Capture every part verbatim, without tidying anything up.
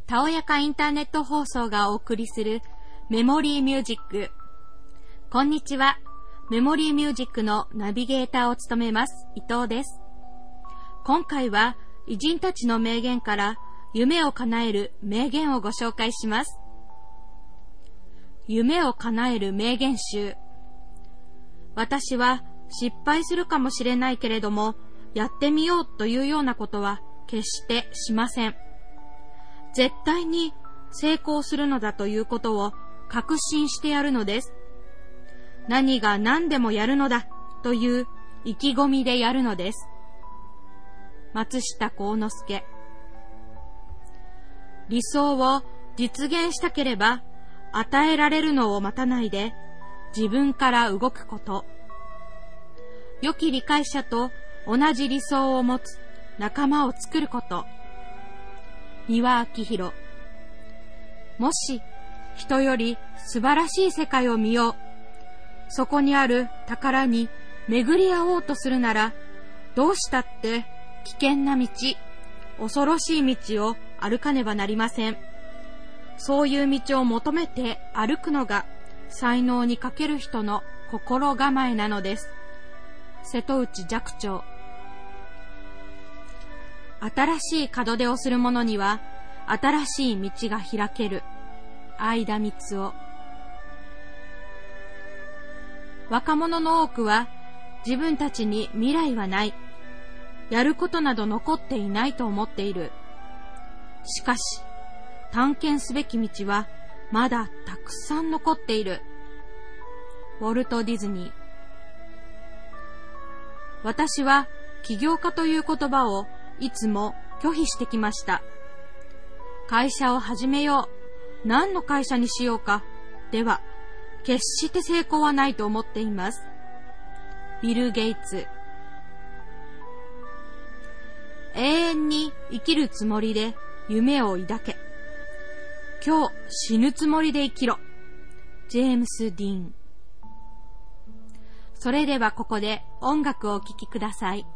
たおやかインターネット放送がお送りするメモリーミュージック。こんにちは。メモリーミュージックのナビゲーターを務めます伊藤です。今回は偉人たちの名言から夢を叶える名言をご紹介します。夢を叶える名言集。私は失敗するかもしれないけれども、やってみようというようなことは決してしません。絶対に成功するのだということを確信してやるのです。何が何でもやるのだという意気込みでやるのです。松下幸之助。理想を実現したければ、与えられるのを待たないで自分から動くこと。良き理解者と同じ理想を持つ仲間を作ること。三輪明宏。もし人より素晴らしい世界を見よう、そこにある宝に巡り合おうとするなら、どうしたって危険な道、恐ろしい道を歩かねばなりません。そういう道を求めて歩くのが才能に欠ける人の心構えなのです。瀬戸内寂聴。新しい門出をする者には新しい道が開ける。相田みつを。若者の多くは自分たちに未来はない、やることなど残っていないと思っている。しかし探検すべき道はまだたくさん残っている。ウォルト・ディズニー。私は起業家という言葉をいつも拒否してきました。会社を始めよう、何の会社にしようかでは決して成功はないと思っています。ビル・ゲイツ。永遠に生きるつもりで夢を抱け。今日死ぬつもりで生きろ。ジェームス・ディーン。それではここで音楽をお聴きください。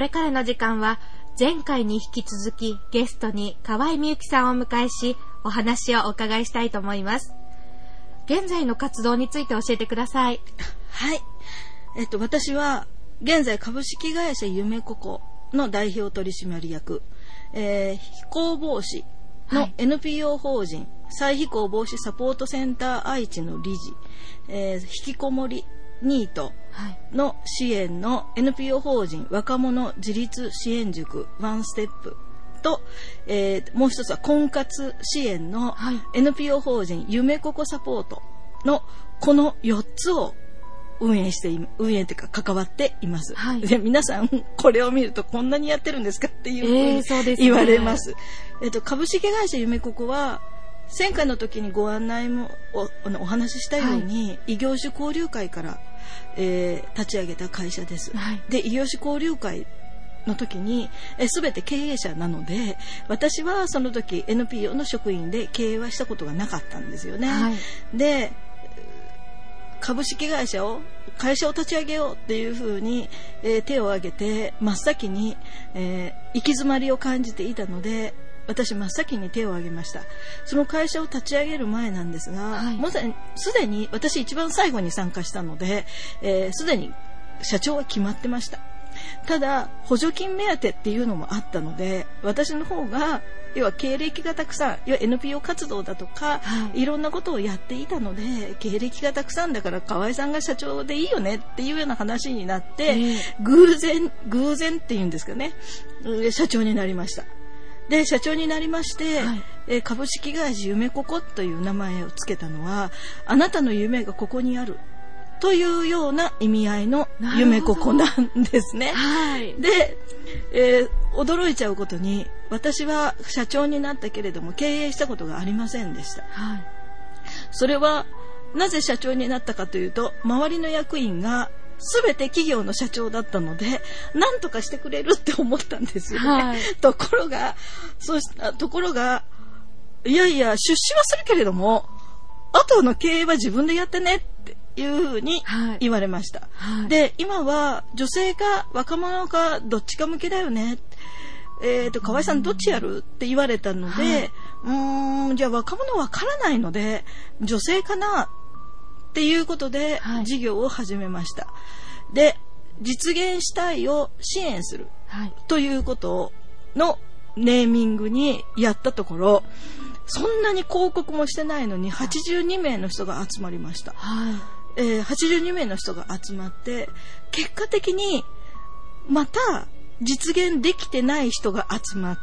れからの時間は前回に引き続きゲストに河合美幸さんをお迎えし、お話をお伺いしたいと思います。現在の活動について教えてください。 はい。えっと、私は現在株式会社夢ココの代表取締役、えー、非行防止の エヌピーオー 法人、はい、再非行防止サポートセンター愛知の理事、えー、引きこもりニートの支援の エヌピーオー 法人若者自立支援塾ワンステップと、えー、もう一つは婚活支援の エヌピーオー 法人夢ココサポートのこのよっつを運営して運営というか関わっています、はい、で皆さんこれを見るとこんなにやってるんですかっていうふうに言われます、えー、えっと、株式会社夢ココは前回の時にご案内も お, お話ししたように、はい、異業種交流会から、えー、立ち上げた会社です、はい、で異業種交流会の時にえ全て経営者なので、私はその時 エヌピーオー の職員で経営はしたことがなかったんですよね、はい、で株式会社を会社を立ち上げようっていうふうに、えー、手を挙げて真っ先に、えー、行き詰まりを感じていたので、私真っ先に手を挙げました。その会社を立ち上げる前なんですが、はい、もうすでに私一番最後に参加したので、えー、すでに社長は決まってました。ただ補助金目当てっていうのもあったので、私の方が要は経歴がたくさん、要は エヌピーオー 活動だとか、はい、いろんなことをやっていたので、経歴がたくさんだから河合さんが社長でいいよねっていうような話になって、えー、偶然偶然っていうんですかね、社長になりました。で社長になりまして、はい、えー、株式会社夢ココという名前をつけたのは、あなたの夢がここにあるというような意味合いの夢ココなんですね、はい、で、えー、驚いちゃうことに、私は社長になったけれども経営したことがありませんでした、はい、それはなぜ社長になったかというと、周りの役員が全て企業の社長だったので、何とかしてくれるって思ったんですよね、はい、ところがそうしたところがいやいや出資はするけれども後の経営は自分でやってねっていうふうに言われました、はいはい、で今は女性か若者かどっちか向けだよね、えー、と河合さんどっちやるって言われたので、はい、うーんじゃあ若者わからないので女性かなっていうことで事業を始めました、はい、で実現したいを支援するということのネーミングにやったところ、そんなに広告もしてないのにはちじゅうにめいの人が集まりました、はい、えー、はちじゅうにめいの人が集まって結果的にまた実現できてない人が集まって、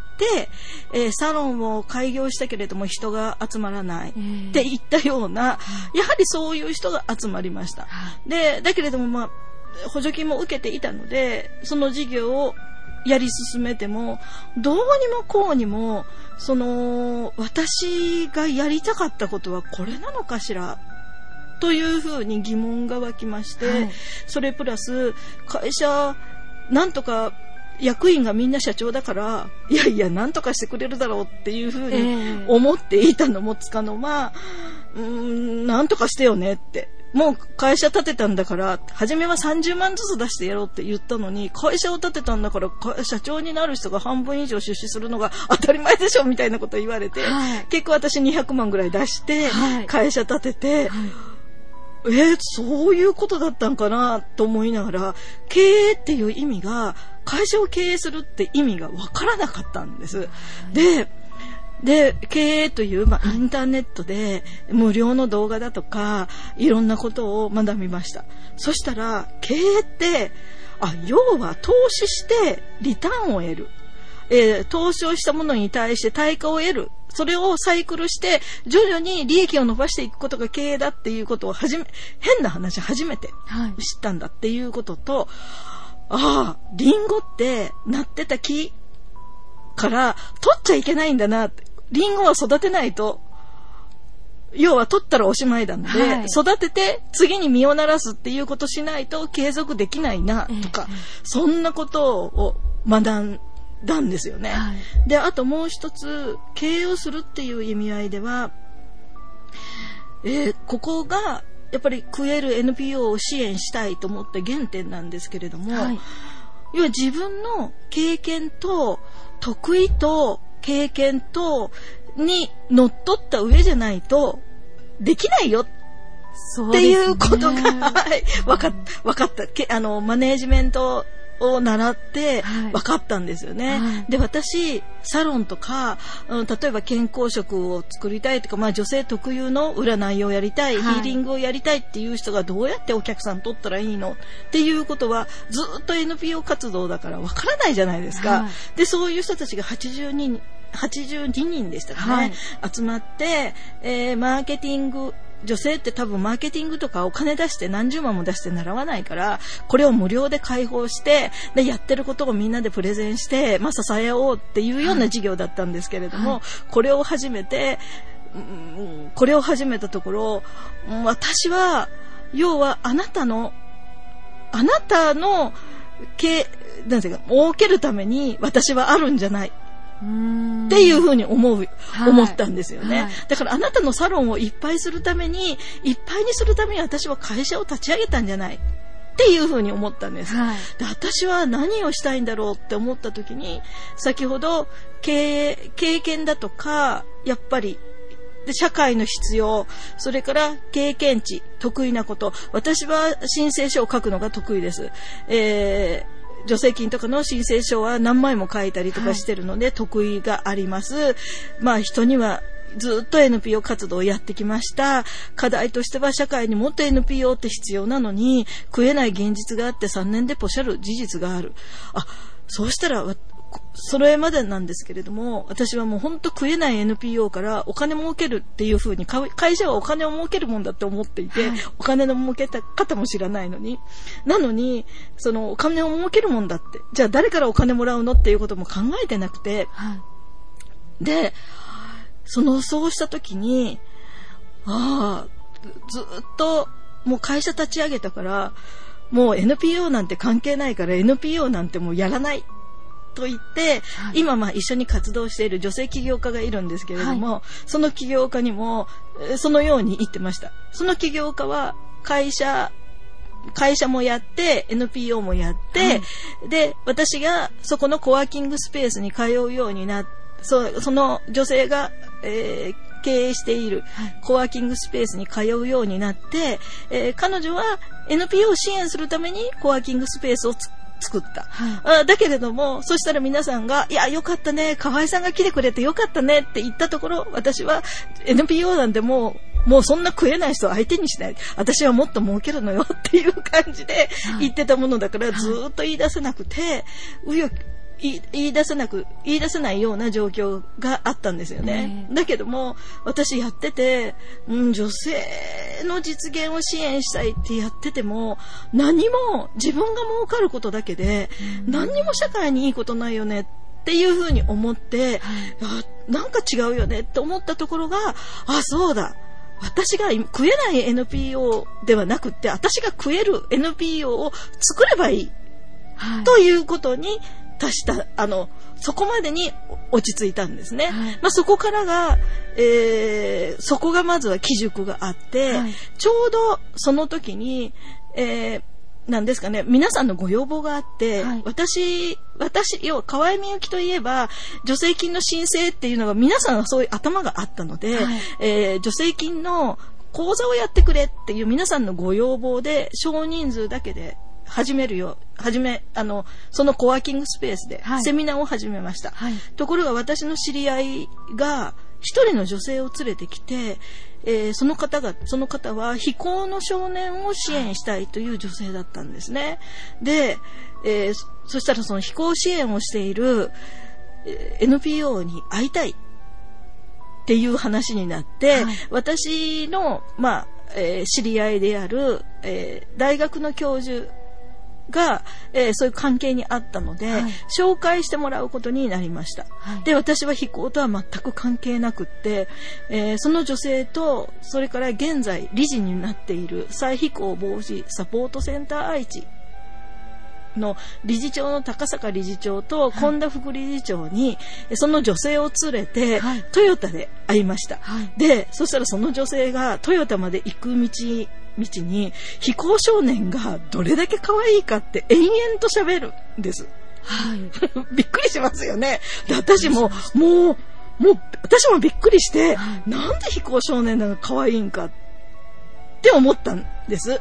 えー、サロンを開業したけれども人が集まらないっていったような、やはりそういう人が集まりました。で、だけれども、まあ、補助金も受けていたので、その事業をやり進めても、どうにもこうにも、その、私がやりたかったことはこれなのかしらというふうに疑問が湧きまして、はい、それプラス、会社、なんとか、役員がみんな社長だからいやいや何とかしてくれるだろうっていうふうに思っていたのもつかの間、うーん何とかしてよねって、もう会社建てたんだから初めはさんじゅうまんずつ出してやろうって言ったのに、会社を建てたんだから社長になる人が半分以上出資するのが当たり前でしょみたいなこと言われて、はい、結構私にひゃくまんぐらい出して会社建てて、はいはい、えー、そういうことだったんかなと思いながら、経営っていう意味が会社を経営するって意味がわからなかったんです、はい、でで経営という、まあ、インターネットで無料の動画だとかいろんなことを学びました。そしたら経営ってあ要は投資してリターンを得る、えー、投資をしたものに対して対価を得る、それをサイクルして徐々に利益を伸ばしていくことが経営だっていうことをはじめ変な話初めて知ったんだっていうことと、はい、ああリンゴってなってた木から取っちゃいけないんだなって、リンゴは育てないと要は取ったらおしまいなので、はい、育てて次に実をならすっていうことしないと継続できないなとか、えー、そんなことを学んだんですよね、はい、であともう一つ経営をするっていう意味合いでは、えー、ここがやっぱり食える エヌピーオー を支援したいと思って原点なんですけれども、はい、 要は自分の経験と得意と経験とにのっとった上じゃないとできないよっていうことが、はい、分かった、分かった。けあの、マネージメントを習って分かったんですよね。はい、で、私、サロンとか、うん、例えば健康食を作りたいとか、まあ女性特有の占いをやりたい、はい、ヒーリングをやりたいっていう人がどうやってお客さん取ったらいいのっていうことは、ずっと エヌピーオー 活動だから分からないじゃないですか。はい、で、そういう人たちがはちじゅうにん、はちじゅうににんでしたかね、はい、集まって、えー、マーケティング、女性って多分マーケティングとかお金出して何十万も出して習わないから、これを無料で開放して、で、やってることをみんなでプレゼンして、まあ、支え合おうっていうような事業だったんですけれども、はい、これを始めて、うん、これを始めたところ、私は、要はあなたの、あなたの、け、なんていうか、儲けるために私はあるんじゃない。っていうふうに思う、はい、思ったんですよね、はい。だからあなたのサロンをいっぱいするために、いっぱいにするために私は会社を立ち上げたんじゃないっていうふうに思ったんです。はい、で、私は何をしたいんだろうって思った時に、先ほど経営、経験だとか、やっぱりで社会の必要、それから経験値、得意なこと。私は申請書を書くのが得意です。えー助成金とかの申請書は何枚も書いたりとかしてるので得意があります。まあ人にはずっと エヌピーオー 活動をやってきました。課題としては社会にもっと エヌピーオー って必要なのに食えない現実があってさんねんでポシャる事実がある。あ、そうしたらそれまでなんですけれども、私はもう本当食えない エヌピーオー からお金儲けるっていう風に、会社はお金を儲けるもんだって思っていて、はい、お金の儲け方も知らないのに、なのにそのお金を儲けるもんだって、じゃあ誰からお金もらうのっていうことも考えてなくて、はい、で、そのそうした時に、ああ、ずっともう会社立ち上げたから、もう エヌピーオー なんて関係ないから エヌピーオー なんてもうやらない。と言って、はい、今まあ一緒に活動している女性起業家がいるんですけれども、はい、その起業家にもそのように言ってました。その起業家は会社会社もやって エヌピーオー もやって、はい、で私がそこのコワーキングスペースに通うようになって、そ, その女性が、えー、経営しているコワーキングスペースに通うようになって、えー、彼女は エヌピーオー を支援するためにコワーキングスペースをつ作った、はい、だけれども、そしたら皆さんが、いやよかったね、河合さんが来てくれてよかったねって言ったところ、私は エヌピーオー なんてもうもうそんな食えない人を相手にしない、私はもっと儲けるのよっていう感じで言ってたものだから、はい、ずっと言い出せなくて、うよ言い出せなく言い出せないような状況があったんですよね。だけども私やってて、うん、女性の実現を支援したいってやってても、何も自分が儲かることだけで何にも社会にいいことないよねっていうふうに思って、あ、なんか違うよねって思ったところが、あ、そうだ、私が食えない エヌピーオー ではなくって、私が食える エヌピーオー を作ればいい、はい、ということに達した、あのそこまでに落ち着いたんですね。はい、まあ、そこからが、えー、そこがまずは基軸があって、はい、ちょうどその時に、えー、なんですかね、皆さんのご要望があって、はい、私私要は河合みゆきといえば助成金の申請っていうのが皆さんはそういう頭があったので、はい、えー、助成金の講座をやってくれっていう皆さんのご要望で少人数だけで始めるよ、始め、あの、そのコワーキングスペースでセミナーを始めました。はい、ところが私の知り合いが一人の女性を連れてきて、えー、その方が、その方は非行の少年を支援したいという女性だったんですね。で、えー、そしたらその非行支援をしている エヌピーオー に会いたいっていう話になって、はい、私の、まあ、えー、知り合いである、えー、大学の教授が、えー、そういう関係にあったので、はい、紹介してもらうことになりました。はい、で、私は非行とは全く関係なくって、えー、その女性と、それから現在理事になっている再非行防止サポートセンター愛知の理事長の高坂理事長と本田副理事長に、はい、その女性を連れて、はい、トヨタで会いました。はい、で、そしたらその女性がトヨタまで行く道道に飛行少年がどれだけ可愛いかって延々と喋るんです。 はい。 びっくりしますよね。で、私も、もう、もう、私もびっくりして、はい、なんで飛行少年が可愛いんかって思ったんです。はい、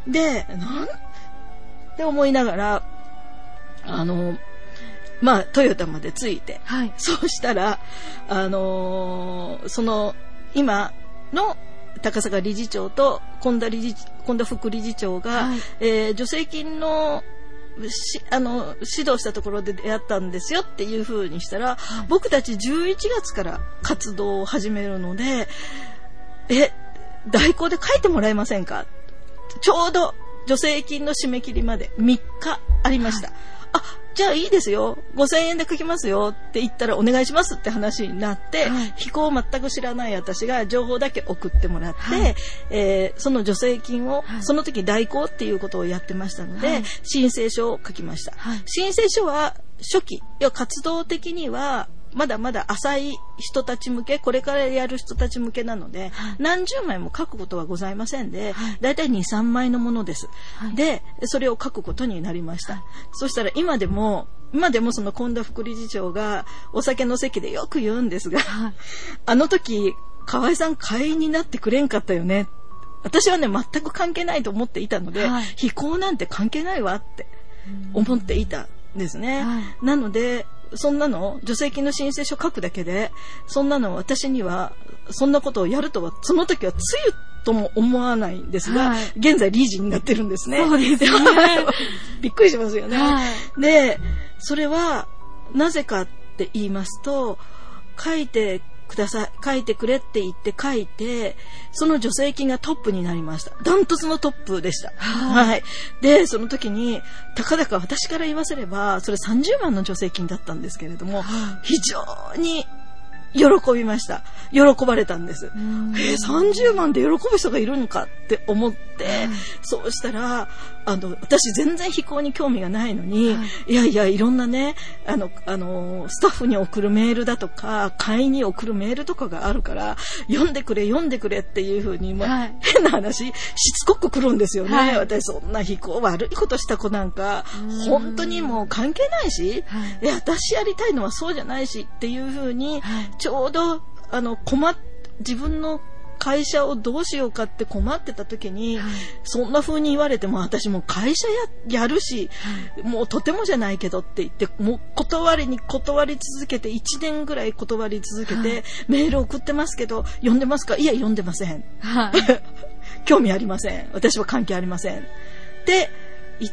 で、なんって思いながら、あの、まあ、トヨタまで着いて、はい、そうしたら、あのー、その、今の高坂理事長と本田理事、本田副理事長が、はい、えー、助成金の、しあの指導したところで出会ったんですよっていう風にしたら、はい、僕たちじゅういちがつから活動を始めるので、え、代行で書いてもらえませんか？ちょうど助成金の締め切りまでみっかありました。はい、あ、じゃあいいですよ。ごせんえんで書きますよって言ったらお願いしますって話になって、はい、飛行を全く知らない私が情報だけ送ってもらって、はい、えー、その助成金を、はい、その時代行っていうことをやってましたので、はい、申請書を書きました。はい、申請書は初期、要は活動的にはまだまだ浅い人たち向け、これからやる人たち向けなので、はい、何十枚も書くことはございませんで、はい、だいたいに、さんまいのものです。はい、で、それを書くことになりました。はい、そしたら今でも、今でもその本田副理事長がお酒の席でよく言うんですが、はい、あの時、河合さん会員になってくれんかったよね。私はね、全く関係ないと思っていたので、はい、飛行なんて関係ないわって思っていたんですね。はい、なので、そんなの助成金の申請書書くだけで、そんなの私にはそんなことをやるとはその時はつゆとも思わないんですが、はい、現在理事になってるんですね。 そうですね。 びっくりしますよね。 はい、 で、それはなぜかって言いますと、書いてください、書いてくれって言って書いて、その助成金がトップになりました。ダントツのトップでした。はい、はい。で、その時にたかだか私から言わせればそれさんじゅうまんの助成金だったんですけれども、非常に喜びました。喜ばれたんです。えー、さんじゅうまんで喜ぶ人がいるのかって思って、はい、そうしたら、あの、私全然飛行に興味がないのに、はい、いやいや、いろんなね、あの、あの、スタッフに送るメールだとか、会員に送るメールとかがあるから、読んでくれ、読んでくれっていうふうに、まあはい、変な話、しつこく来るんですよね。はい、私、そんな飛行悪いことした子なんか、本当にもう関係ないし、はい、いや、私やりたいのはそうじゃないしっていうふうに、はい、ちょうど、あの、困っ、自分の会社をどうしようかって困ってた時に、はい、そんな風に言われても私もう会社 や, やるし、はい、もうとてもじゃないけどって言って、もう断りに断り続けていちねんぐらい断り続けて、はい、メール送ってますけど読んでますか？いや、読んでません。はい、興味ありません。私は関係ありません。って言って、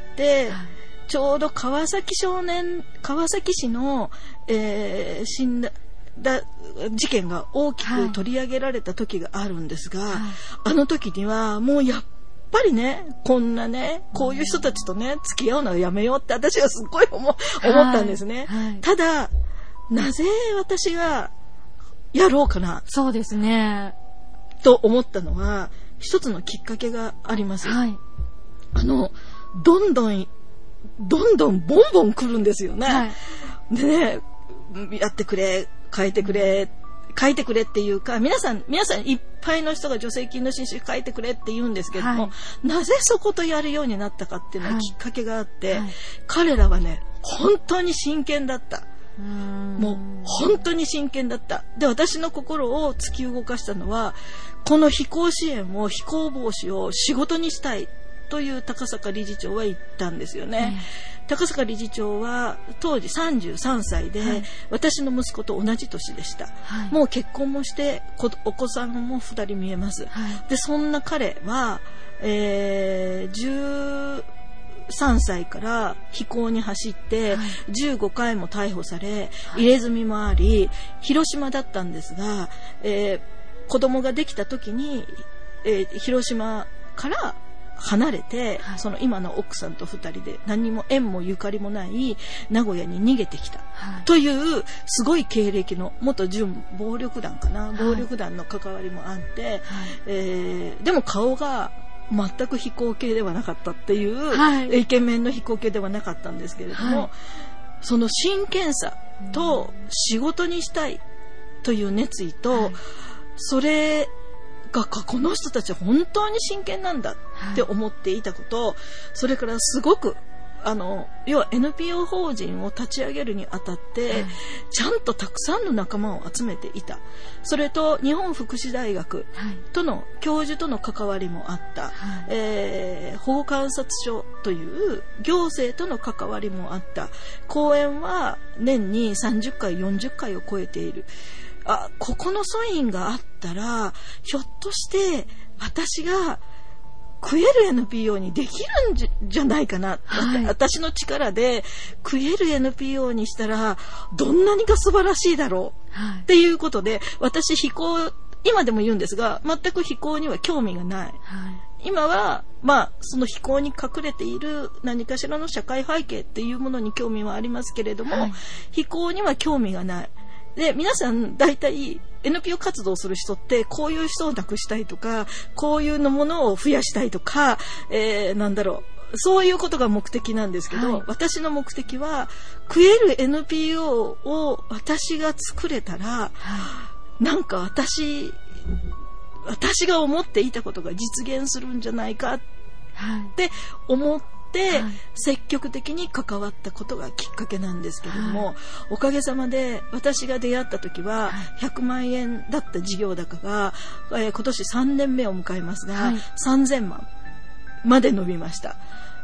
はい、ちょうど川崎少年、川崎市の、えー、死んだ、だ事件が大きく取り上げられた時があるんですが、はい、あの時にはもうやっぱりね、こんなね、こういう人たちとね、付き合うのはやめようって私はすっごい 思, 思ったんですね。はいはい、ただ、なぜ私がやろうかな。 そうですね。 と思ったのは、一つのきっかけがあります。はい、あの、どんどん、どんどんボンボン来るんですよね。はい、でね、やってくれ、書いてくれ、書いてくれっていうか、皆さん、皆さんいっぱいの人が助成金の申請書いてくれって言うんですけども、はい、なぜそことやるようになったかっていうのはきっかけがあって、はいはい、彼らはね、本当に真剣だった。うーん、もう本当に真剣だった。で、私の心を突き動かしたのは、この飛行支援を、飛行防止を仕事にしたいという高坂理事長は言ったんですよね。うん、高坂理事長は当時さんじゅうさんさいで、はい、私の息子と同じ年でした。はい、もう結婚もしてお子さんもふたり見えます。はい、で、そんな彼は、えー、じゅうさんさいから飛行に走って、はい、じゅうごかいも逮捕され、入れ墨もあり、広島だったんですが、えー、子供ができた時に、えー、広島から離れて、はい、その今の奥さんとふたりで何にも縁もゆかりもない名古屋に逃げてきた、はい、というすごい経歴の元準暴力団かな、はい、暴力団の関わりもあって、はい、えー、でも顔が全く飛行系ではなかったっていう、はい、イケメンの飛行系ではなかったんですけれども、はい、その真剣さと仕事にしたいという熱意と、はい、それかこの人たち本当に真剣なんだって思っていたこと、はい、それからすごくあの要は エヌピーオー 法人を立ち上げるにあたって、はい、ちゃんとたくさんの仲間を集めていた。それと日本福祉大学との教授との関わりもあった、はい、えー、保護観察所という行政との関わりもあった。講演は年にさんじゅっかいよんじゅっかいを超えている。あ、ここの素因があったらひょっとして私が食える エヌピーオー にできるんじ ゃ, じゃないかな、はい、私の力で食える エヌピーオー にしたらどんなにか素晴らしいだろう、はい、っていうことで、私非行今でも言うんですが全く非行には興味がない、はい、今はまあその非行に隠れている何かしらの社会背景っていうものに興味はありますけれども、はい、非行には興味がない。で、皆さん大体 エヌピーオー 活動する人ってこういう人をなくしたいとか、こういうのものを増やしたいとか、えー、なんだろう、そういうことが目的なんですけど、はい、私の目的は食える エヌピーオー を私が作れたら、はい、なんか私私が思っていたことが実現するんじゃないかって思って、で、はい、積極的に関わったことがきっかけなんですけども、はい、おかげさまで私が出会った時はひゃくまんえんだった事業高が、えー、今年さんねんめを迎えますが、はい、さんぜんまんまで伸びました、はい、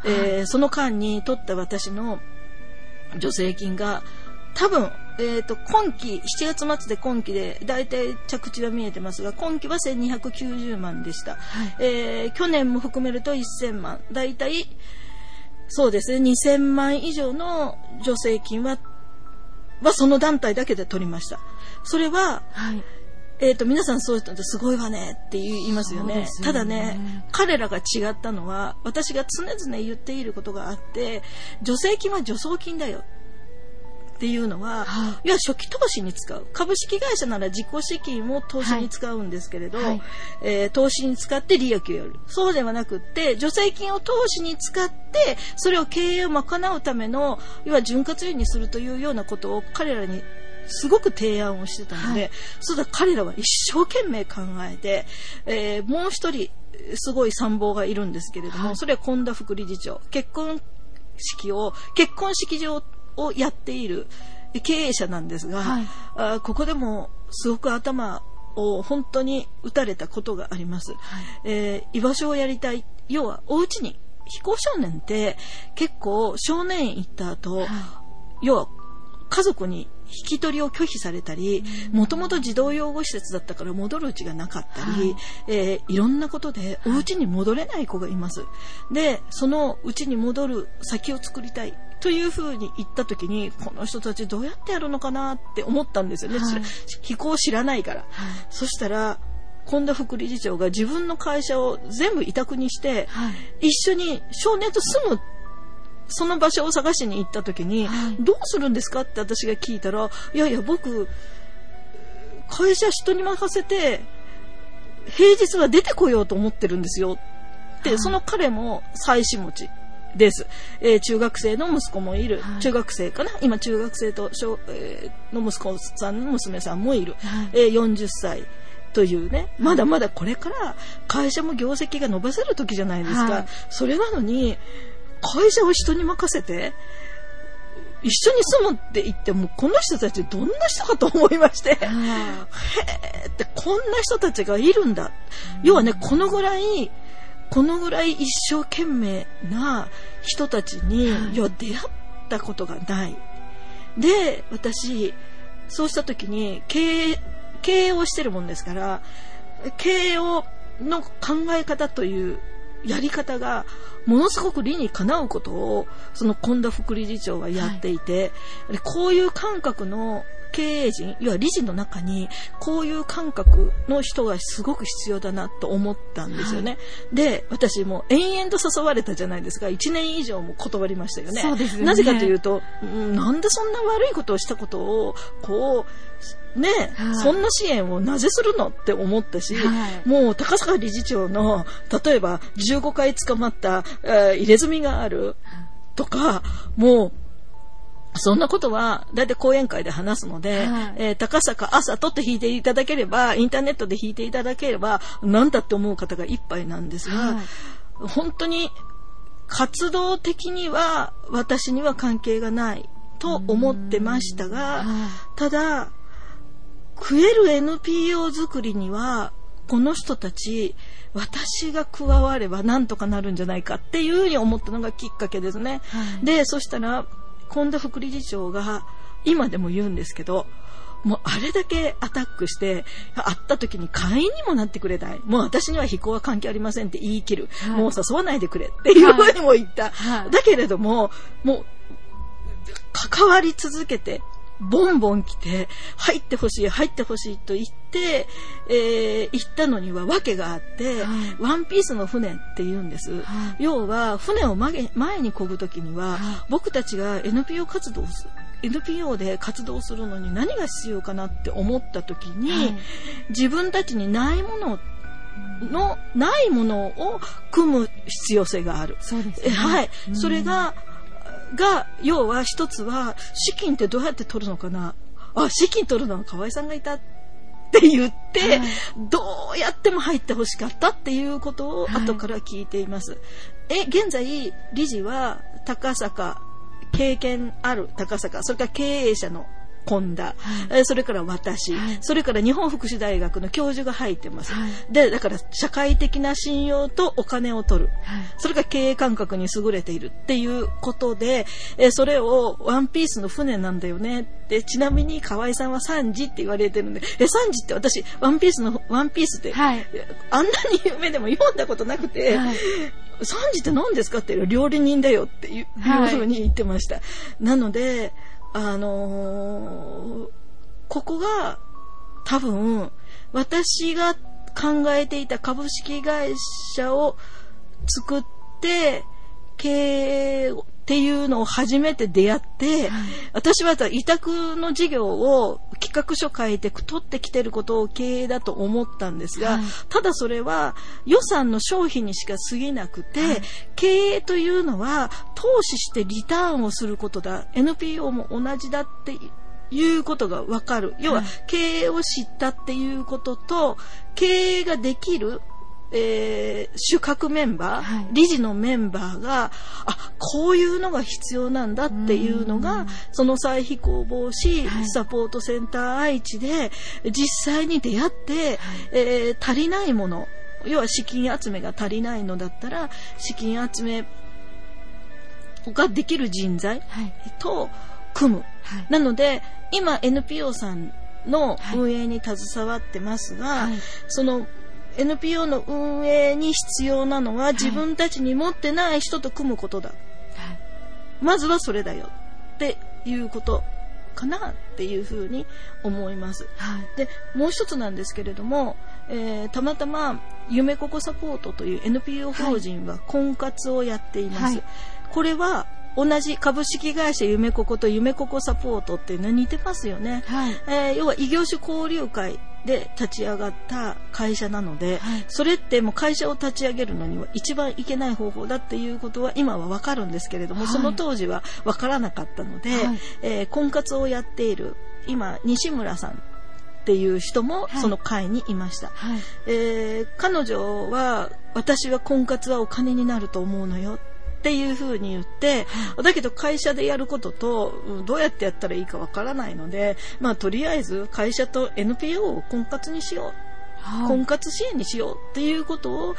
えー、その間に取った私の助成金が多分、えーと、今期しちがつ末で今期でだいたい着地は見えてますが、今期はせんにひゃくきゅうじゅうまんでした、はい、えー、去年も含めるとせんまん、だいたいそうですね、にせんまん以上の助成金ははその団体だけで取りました。それは、はい、えーと、皆さんそういうのすごいわねって言いますよね。ただね、彼らが違ったのは、私が常々言っていることがあって、助成金は助走金だよっていうのは、はい、いや初期投資に使う。株式会社なら自己資金を投資に使うんですけれど、はい、えー、投資に使って利益を得る。そうではなくって、助成金を投資に使って、それを経営を賄うための、いわゆる潤滑油にするというようなことを彼らにすごく提案をしてたので、はい、そうだ、彼らは一生懸命考えて、えー、もう一人すごい参謀がいるんですけれども、はい、それは本田副理事長。結婚式を、結婚式場をやっている経営者なんですが、はい、あここでもすごく頭を本当に打たれたことがあります、はい、えー、居場所をやりたい。要はお家に非行少年って結構少年院行った後、はい、要は家族に引き取りを拒否されたり、もともと児童養護施設だったから戻るうちがなかったり、はい、えー、いろんなことでお家に戻れない子がいます。で、その家に戻る先を作りたいというふうに言った時に、この人たちどうやってやるのかなって思ったんですよね、はい、非行を知らないから、はい、そしたら本田副理事長が自分の会社を全部委託にして、はい、一緒に少年と住むその場所を探しに行った時に、はい、どうするんですかって私が聞いたら、いやいや僕会社人に任せて平日は出てこようと思ってるんですよって、はい、その彼も妻子持ちです、えー、中学生の息子もいる、はい、中学生かな今中学生と小、えー、の息子さんの娘さんもいる、はい、えー、よんじゅっさいというね、まだまだこれから会社も業績が伸ばせる時じゃないですか、はい、それなのに会社を人に任せて一緒に住むって言ってもこの人たちどんな人かと思いまして、へーってこんな人たちがいるんだ、うん、要はねこのぐらいこのぐらい一生懸命な人たちに、はい、要は出会ったことがないで、私そうした時に経営経営をしてるもんですから、経営をの考え方というやり方がものすごく理にかなうことをその本田副理事長はやっていて、はい、こういう感覚の経営陣、要は理事の中にこういう感覚の人がすごく必要だなと思ったんですよね、はい、で私も延々と誘われたじゃないですか。いちねん以上も断りましたよね。そうですよね。なぜかというと、んなんでそんな悪いことをしたことをこうね、はい、そんな支援をなぜするのって思ったし、はい、もう高坂理事長の例えばじゅうごかい捕まった、えー、入れ墨があるとか、もうそんなことはだいたい講演会で話すので、はい、えー、高坂朝とって弾いていただければ、インターネットで弾いていただければなんだって思う方がいっぱいなんですが、はい、本当に活動的には私には関係がないと思ってましたが、ただ食える エヌピーオー 作りにはこの人たち私が加わればなんとかなるんじゃないかっていうふうに思ったのがきっかけですね、はい、でそしたら本田副理事長が今でも言うんですけど、もうあれだけアタックして会った時に会員にもなってくれない、もう私には非行は関係ありませんって言い切る、はい、もう誘わないでくれっていうふうにも言った、はい、だけれどももう関わり続けてボンボン来て入ってほしい入ってほしいと言って、えー、言ったのには訳があって、はい、ワンピースの船って言うんです、はい、要は船を前に漕ぐときには、はい、僕たちが エヌピーオー 活動をするエヌピーオー で活動するのに何が必要かなって思ったときに、はい、自分たちにないもののないものを組む必要性がある。そうですね。はい、それがが要は一つは資金ってどうやって取るのかな、あ資金取るのは河合さんがいたって言って、はい、どうやっても入ってほしかったっていうことを後から聞いています、はい、え現在理事は高坂、経験ある高坂、それから経営者の本田、はい、それから私、はい、それから日本福祉大学の教授が入ってます、はい、でだから社会的な信用とお金を取る、はい、それから経営感覚に優れているっていうことで、えそれをワンピースの船なんだよねって、ちなみに河合さんは三次って言われてるんで、え三次って私ワンピースのワンピースって、はい、あんなに夢でも読んだことなくて、はい、三次って何ですかって料理人だよっていう、はい、いうふうに言ってました。なのであのー、ここが多分私が考えていた株式会社を作って経営っていうのを初めて出会って、はい、私は委託の事業を企画書書いて取ってきてることを経営だと思ったんですが、はい、ただそれは予算の消費にしか過ぎなくて、はい、経営というのは投資してリターンをすることだ、 エヌピーオー も同じだっていうことが分かる、要は経営を知ったっていうことと、経営ができるえー、主格メンバー、はい、理事のメンバーがあこういうのが必要なんだっていうのが、その再非行防止サポートセンター愛知で実際に出会って、はい、えー、足りないもの、要は資金集めが足りないのだったら資金集めができる人材と組む、はい、なので今 エヌピーオー さんの運営に携わってますが、はい、そのエヌピーオー の運営に必要なのは自分たちに持ってない人と組むことだ、はい、まずはそれだよっていうことかなっていうふうに思います、はい、でもう一つなんですけれども、えー、たまたま夢ココサポートという エヌピーオー 法人は婚活をやっています、はい、これは同じ株式会社夢ココと夢ココサポートっていうのは似てますよね、はい、えー、要は異業種交流会で立ち上がった会社なので、はい、それってもう会社を立ち上げるのには一番いけない方法だっていうことは今は分かるんですけれども、はい、その当時は分からなかったので、はい、えー、婚活をやっている今西村さんっていう人もその会にいました、はい、えー、彼女は私は婚活はお金になると思うのよっていうふうに言って、だけど会社でやることとどうやってやったらいいかわからないので、まあとりあえず会社と エヌピーオー を婚活にしよう、はい、婚活支援にしようっていうことを、はい、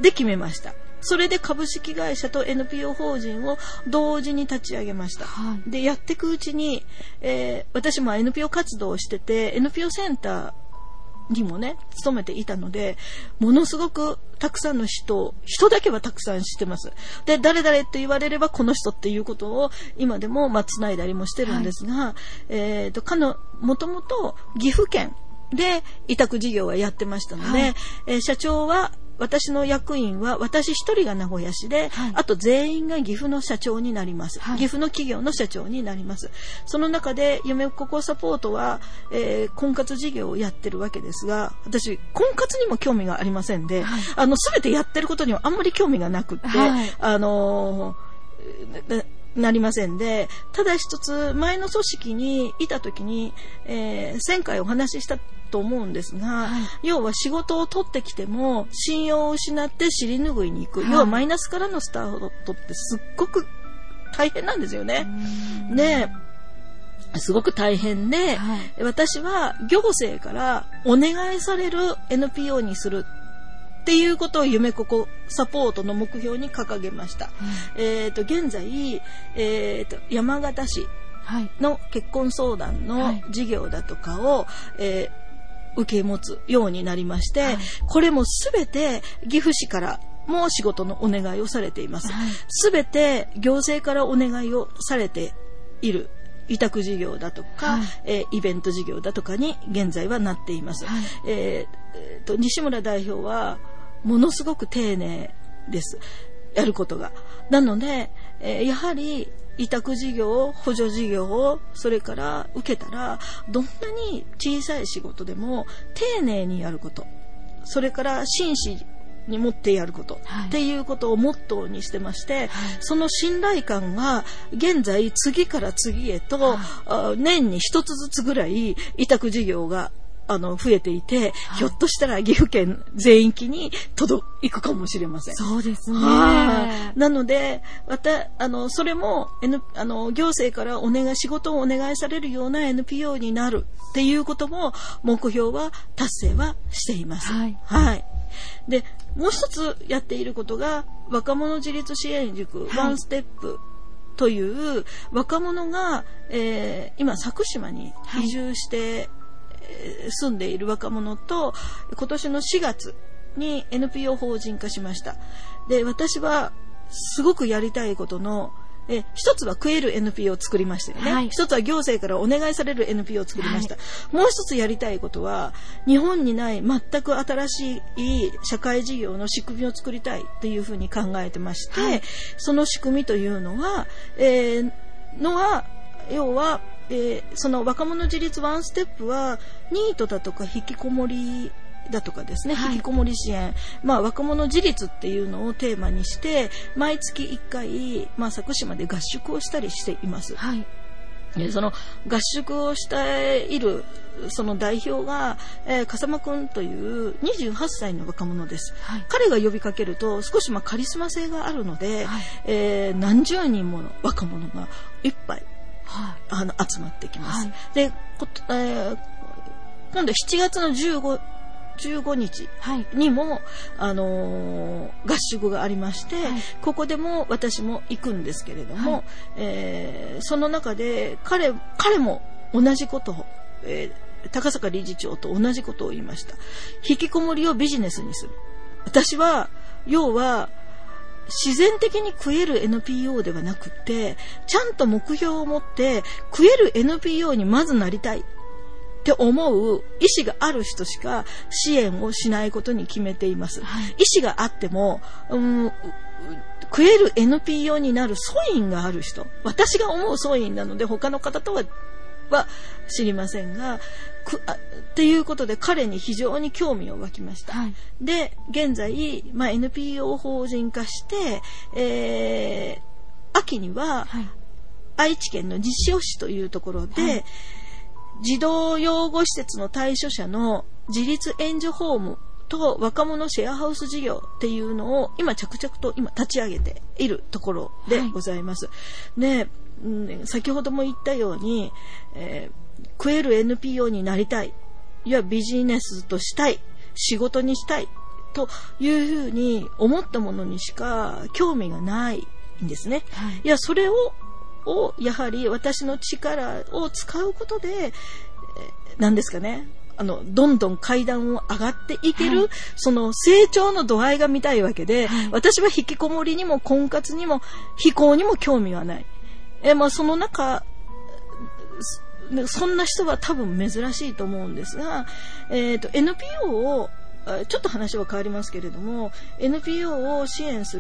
で決めました。それで株式会社と エヌピーオー 法人を同時に立ち上げました、はい、でやっていくうちに、えー、私も エヌピーオー 活動をしてて エヌピーオー センターにもね勤めていたので、ものすごくたくさんの人人だけはたくさん知ってます。で誰々って言われればこの人っていうことを今でもまあつないだりもしてるんですが、はい、えーとかのもともと岐阜県で委託事業はやってましたので、はい、えー、社長は私の役員は私一人が名古屋市で、はい、あと全員が岐阜の社長になります、はい、岐阜の企業の社長になります。その中で夢ココサポートは、えー、婚活事業をやってるわけですが、私婚活にも興味がありませんで、はい、あの全てやってることにはあんまり興味がなくって、はい、あのーなりませんで、ただ一つ前の組織にいた時に、えー、前回お話ししたと思うんですが、はい、要は仕事を取ってきても信用を失って尻拭いに行く、はい、要はマイナスからのスタートってすっごく大変なんですよね。ねえ、すごく大変で、はい、私は行政からお願いされる エヌピーオー にするっていうことを夢ここサポートの目標に掲げました。うん、えっと現在、えー、と山形市の結婚相談の事業だとかを、えー受け持つようになりまして、はい、これもすべて岐阜市からも仕事のお願いをされています。すべ、はい、て行政からお願いをされている委託事業だとか、はい、えー、イベント事業だとかに現在はなっています。はい、えーえー、と西村代表はものすごく丁寧です。やることが。なので、えー、やはり委託事業、補助事業をそれから受けたら、どんなに小さい仕事でも丁寧にやること、それから真摯に持ってやること、はい、っていうことをモットーにしてまして、はい、その信頼感が現在次から次へと、はい、年に一つずつぐらい委託事業があの増えていて、はい、ひょっとしたら岐阜県全域に届くかもしれません。 そうですね。 なので、またあのそれも、N、あの行政からお願い仕事をお願いされるような エヌピーオー になるっていうことも目標は達成はしています。はい。はい。で、もう一つやっていることが若者自立支援塾、はい、ワンステップという若者が、えー、今佐久島に移住して、はい、住んでいる若者と今年のしがつに エヌピーオー 法人化しました。で、私はすごくやりたいことのえ一つは食える エヌピーオー を作りましたよね、はい、一つは行政からお願いされる エヌピーオー を作りました、はい、もう一つやりたいことは日本にない全く新しい社会事業の仕組みを作りたいというふうに考えてまして、はい、その仕組みというのは、えー、のは要はえー、その若者自立ワンステップはニートだとか引きこもりだとかですね、はい、引きこもり支援、まあ、若者自立っていうのをテーマにして毎月いっかい、まあ、佐久島で合宿をしたりしています、はい、でその合宿をしているその代表が、えー、笠間くんというにじゅうはっさいの若者です、はい、彼が呼びかけると少しまあカリスマ性があるので、はい、えー、何十人もの若者がいっぱいはい、あの集まってきます、はい、で、えー、今度しちがつのじゅうご、じゅうごにちにも、はい、あのー、合宿がありまして、はい、ここでも私も行くんですけれども、はい、えー、その中で彼、彼も同じことを、えー、高坂理事長と同じことを言いました。引きこもりをビジネスにする。私は要は自然的に食える エヌピーオー ではなくて、ちゃんと目標を持って食える エヌピーオー にまずなりたいって思う意思がある人しか支援をしないことに決めています、はい、意思があっても、うん、食える エヌピーオー になる素因がある人、私が思う素因なので他の方とはは知りませんが、くあっていうことで彼に非常に興味を湧きました、はい、で現在、まあ、エヌピーオー 法人化して、えー、秋には、はい、愛知県の西尾市というところで、はい、児童養護施設の対象者の自立援助ホームと若者シェアハウス事業っていうのを今着々と今立ち上げているところでございます、はい、で、うん、先ほども言ったように、えー、食える エヌピーオー になりたい、いやビジネスとしたい、仕事にしたいというふうに思ったものにしか興味がないんですね、はい、いやそれををやはり私の力を使うことで、えー、何ですかね、あのどんどん階段を上がっていける、はい、その成長の度合いが見たいわけで、はい、私は引きこもりにも婚活にも非行にも興味はない。え、まあ、その中そんな人は多分珍しいと思うんですが、えーと、エヌピーオー をちょっと話は変わりますけれども エヌピーオー を支援する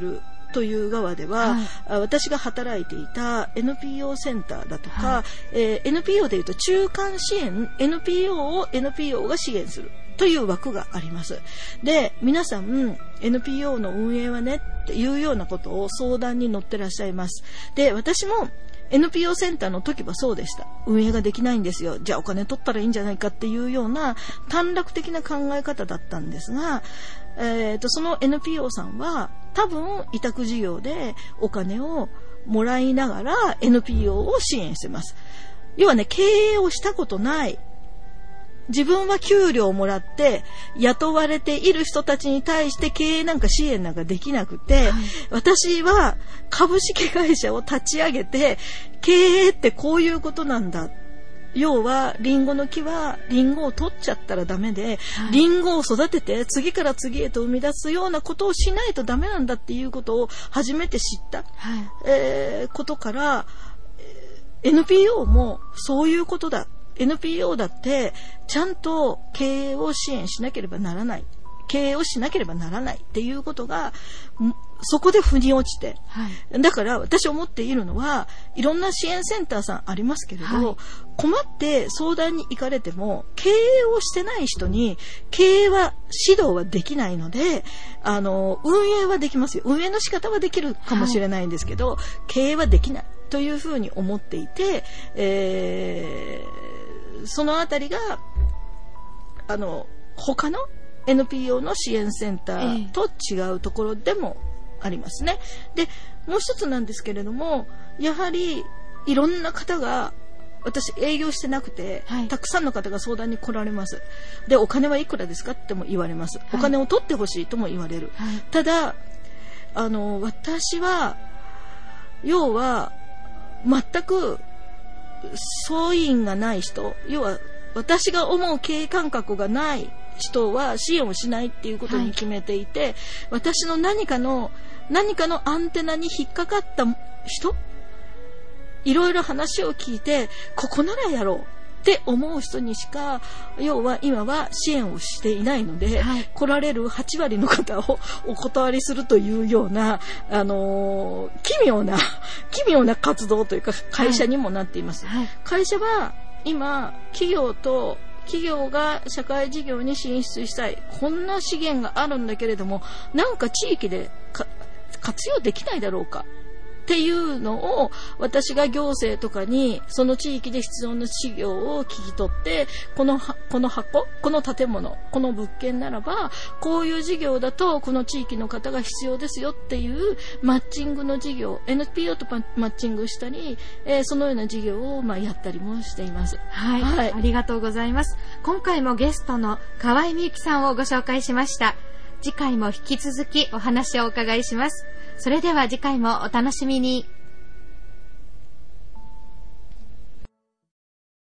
という側では、 はい、 私が働いていた エヌピーオー センターだとか、 はい、 えー、エヌピーオー でいうと中間支援 エヌピーオー を エヌピーオー が支援するという枠があります。で、皆さん エヌピーオー の運営はねっていうようなことを相談に乗ってらっしゃいます。で、私もエヌピーオー センターの時はそうでした。運営ができないんですよ。じゃあお金取ったらいいんじゃないかっていうような短絡的な考え方だったんですが、えーと、その エヌピーオー さんは多分委託事業でお金をもらいながら エヌピーオー を支援してます。要はね、経営をしたことない、自分は給料をもらって雇われている人たちに対して経営なんか支援なんかできなくて、はい、私は株式会社を立ち上げて経営ってこういうことなんだ。要はリンゴの木はリンゴを取っちゃったらダメで、はい、リンゴを育てて次から次へと生み出すようなことをしないとダメなんだっていうことを初めて知った、はい、えー、ことから エヌピーオー もそういうことだ。エヌピーオー だってちゃんと経営を支援しなければならない、経営をしなければならないっていうことがそこで腑に落ちて、はい、だから私思っているのは、いろんな支援センターさんありますけれど、はい、困って相談に行かれても経営をしてない人に経営は指導はできないので、あの運営はできますよ。運営の仕方はできるかもしれないんですけど、はい、経営はできないというふうに思っていて、えー、そのあたりがあの他の エヌピーオー の支援センターと違うところでもありますね。で、もう一つなんですけれども、やはりいろんな方が、私営業してなくて、はい、たくさんの方が相談に来られます。で、お金はいくらですかっても言われます。はい、お金を取ってほしいとも言われる。はい、ただ、あの、私は、要は、全く素因がない人、要は私が思う経営感覚がない人は支援をしないっていうことに決めていて、はい、私の何かの何かのアンテナに引っかかった人、いろいろ話を聞いてここならやろうって思う人にしか、要は今は支援をしていないので、はい、来られるはちわりの方をお断りするというような、あのー、奇妙な奇妙な活動というか会社にもなっています。はいはい、会社は今企業と企業が社会事業に進出したい、こんな資源があるんだけれどもなんか地域で活用できないだろうかっていうのを、私が行政とかにその地域で必要な事業を聞き取って、このこの箱、この建物、この物件ならばこういう事業だとこの地域の方が必要ですよっていうマッチングの事業、 エヌピーオー とマッチングしたり、えー、そのような事業をまあやったりもしています。 はい、はい、ありがとうございます。今回もゲストの河合美幸さんをご紹介しました。次回も引き続きお話をお伺いします。それでは次回もお楽しみに。